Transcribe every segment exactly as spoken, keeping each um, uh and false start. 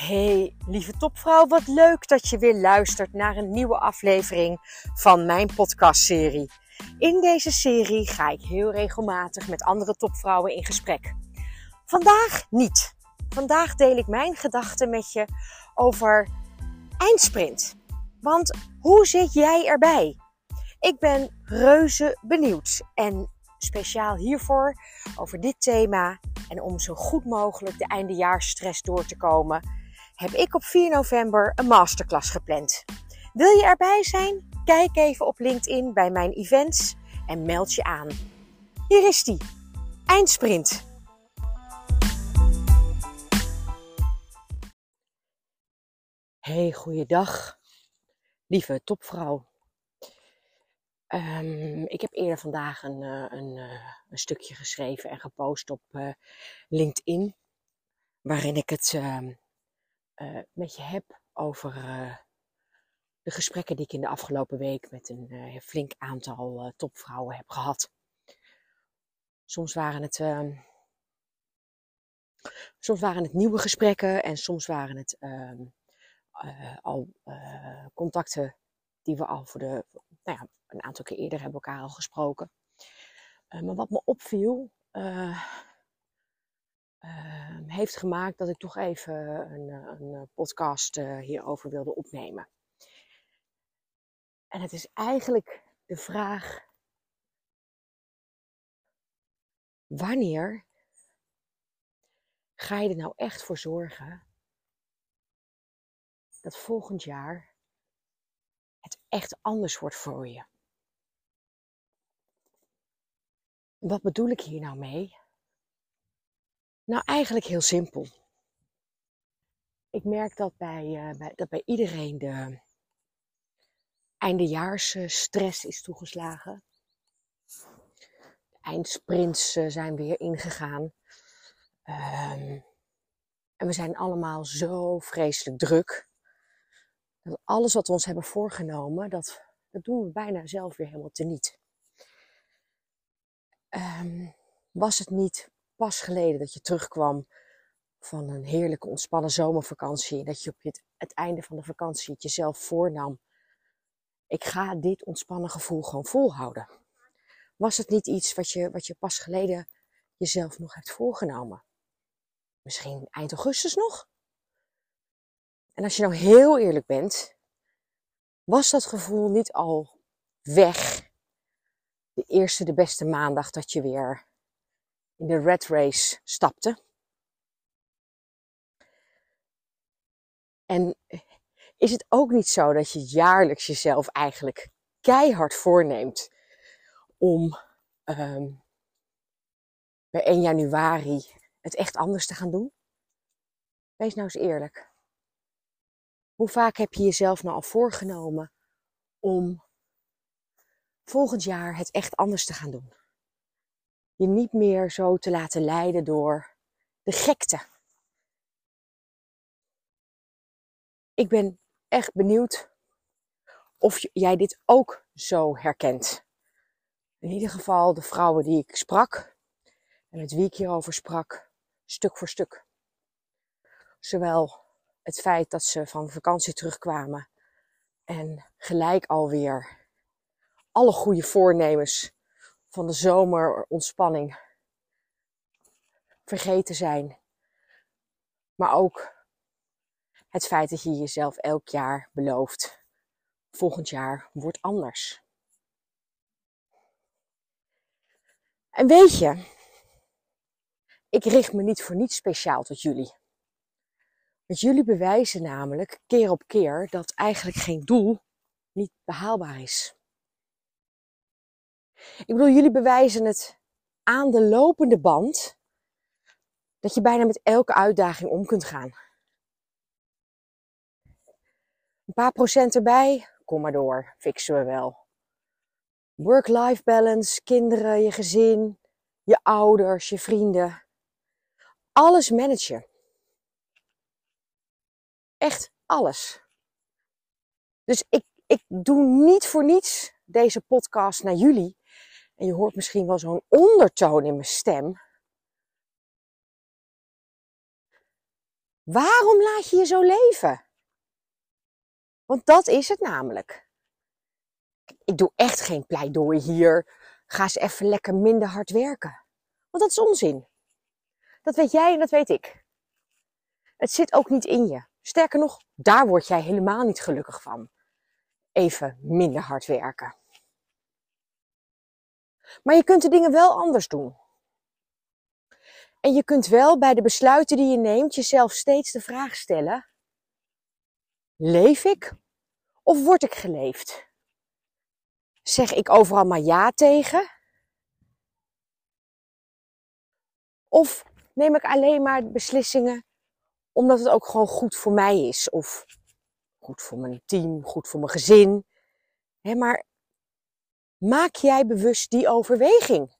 Hey, lieve topvrouw, wat leuk dat je weer luistert naar een nieuwe aflevering van mijn podcastserie. In deze serie ga ik heel regelmatig met andere topvrouwen in gesprek. Vandaag niet. Vandaag deel ik mijn gedachten met je over eindsprint. Want hoe zit jij erbij? Ik ben reuze benieuwd en speciaal hiervoor, over dit thema en om zo goed mogelijk de eindejaarsstress door te komen, heb ik op vier november een masterclass gepland. Wil je erbij zijn? Kijk even op LinkedIn bij mijn events en meld je aan. Hier is die, eindsprint. Hey, goeiedag, lieve topvrouw. Um, ik heb eerder vandaag een, uh, een, uh, een stukje geschreven en gepost op uh, LinkedIn, waarin ik het uh, uh, met je heb over uh, de gesprekken die ik in de afgelopen week met een uh, flink aantal uh, topvrouwen heb gehad. Soms waren het, uh, soms waren het nieuwe gesprekken en soms waren het uh, uh, al uh, contacten die we al voor de, nou ja, een aantal keer eerder hebben elkaar al gesproken. Uh, maar wat me opviel, uh, uh, heeft gemaakt dat ik toch even een, een podcast uh, hierover wilde opnemen. En het is eigenlijk de vraag: wanneer ga je er nou echt voor zorgen dat volgend jaar het echt anders wordt voor je? Wat bedoel ik hier nou mee? Nou, eigenlijk heel simpel. Ik merk dat bij, uh, bij, dat bij iedereen de eindejaarsstress is toegeslagen. De eindsprints uh, zijn weer ingegaan. Um, en we zijn allemaal zo vreselijk druk. Dat alles wat we ons hebben voorgenomen, dat, dat doen we bijna zelf weer helemaal teniet. Um, was het niet pas geleden dat je terugkwam van een heerlijke ontspannen zomervakantie, dat je op het, het einde van de vakantie het jezelf voornam: ik ga dit ontspannen gevoel gewoon volhouden? Was het niet iets wat je, wat je pas geleden jezelf nog hebt voorgenomen? Misschien eind augustus nog? En als je nou heel eerlijk bent, was dat gevoel niet al weg de eerste, de beste maandag dat je weer in de rat race stapte? En is het ook niet zo dat je jaarlijks jezelf eigenlijk keihard voorneemt om um, bij één januari het echt anders te gaan doen? Wees nou eens eerlijk. Hoe vaak heb je jezelf nou al voorgenomen om volgend jaar het echt anders te gaan doen? Je niet meer zo te laten leiden door de gekte. Ik ben echt benieuwd of jij dit ook zo herkent. In ieder geval de vrouwen die ik sprak en met wie ik hierover sprak, stuk voor stuk. Zowel het feit dat ze van vakantie terugkwamen en gelijk alweer alle goede voornemens van de zomerontspanning vergeten zijn. Maar ook het feit dat je jezelf elk jaar belooft: volgend jaar wordt anders. En weet je, ik richt me niet voor niets speciaal tot jullie. Want jullie bewijzen namelijk keer op keer dat eigenlijk geen doel niet behaalbaar is. Ik bedoel, jullie bewijzen het aan de lopende band dat je bijna met elke uitdaging om kunt gaan. Een paar procent erbij, kom maar door, fixen we wel. Work-life balance, kinderen, je gezin, je ouders, je vrienden. Alles managen. Echt alles. Dus ik, ik doe niet voor niets deze podcast naar jullie. En je hoort misschien wel zo'n ondertoon in mijn stem. Waarom laat je je zo leven? Want dat is het namelijk. Ik doe echt geen pleidooi hier. Ga eens even lekker minder hard werken. Want dat is onzin. Dat weet jij en dat weet ik. Het zit ook niet in je. Sterker nog, daar word jij helemaal niet gelukkig van. Even minder hard werken. Maar je kunt de dingen wel anders doen. En je kunt wel bij de besluiten die je neemt jezelf steeds de vraag stellen: leef ik of word ik geleefd? Zeg ik overal maar ja tegen? Of neem ik alleen maar beslissingen omdat het ook gewoon goed voor mij is? Of goed voor mijn team, goed voor mijn gezin. He, maar maak jij bewust die overweging?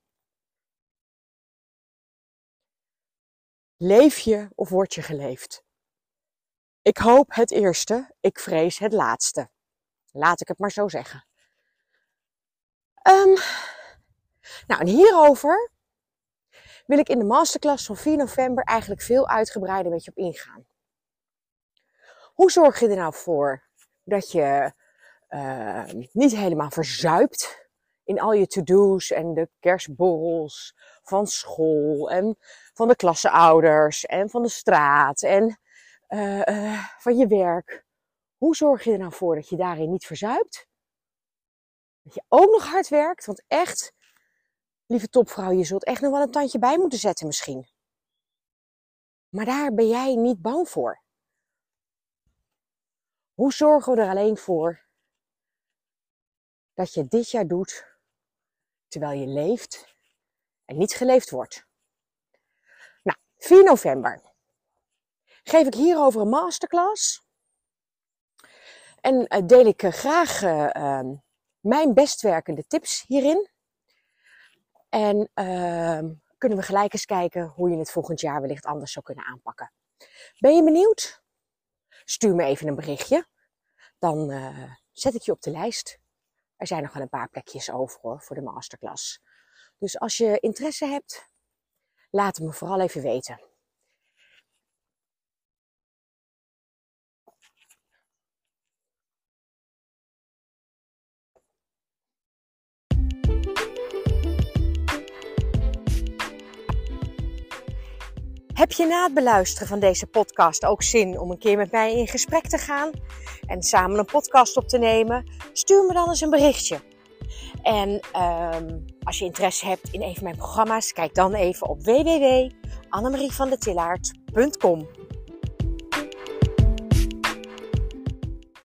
Leef je of word je geleefd? Ik hoop het eerste, ik vrees het laatste. Laat ik het maar zo zeggen. Um, nou, en hierover wil ik in de masterclass van vier november eigenlijk veel uitgebreider met je op ingaan. Hoe zorg je er nou voor dat je uh, niet helemaal verzuipt in al je to-do's en de kerstborrels van school en van de klasseouders en van de straat en uh, uh, van je werk. Hoe zorg je er nou voor dat je daarin niet verzuipt? Dat je ook nog hard werkt, want echt, lieve topvrouw, je zult echt nog wel een tandje bij moeten zetten misschien. Maar daar ben jij niet bang voor. Hoe zorgen we er alleen voor dat je dit jaar doet terwijl je leeft en niet geleefd wordt? Nou, vier november geef ik hierover een masterclass. En uh, deel ik uh, graag uh, uh, mijn best werkende tips hierin. En uh, kunnen we gelijk eens kijken hoe je het volgend jaar wellicht anders zou kunnen aanpakken. Ben je benieuwd? Stuur me even een berichtje. Dan uh, zet ik je op de lijst. Er zijn nog wel een paar plekjes over hoor, voor de masterclass. Dus als je interesse hebt, laat het me vooral even weten. Heb je na het beluisteren van deze podcast ook zin om een keer met mij in gesprek te gaan en samen een podcast op te nemen? Stuur me dan eens een berichtje. En um, als je interesse hebt in een van mijn programma's, kijk dan even op w w w punt annemarie van der Tillaert punt com.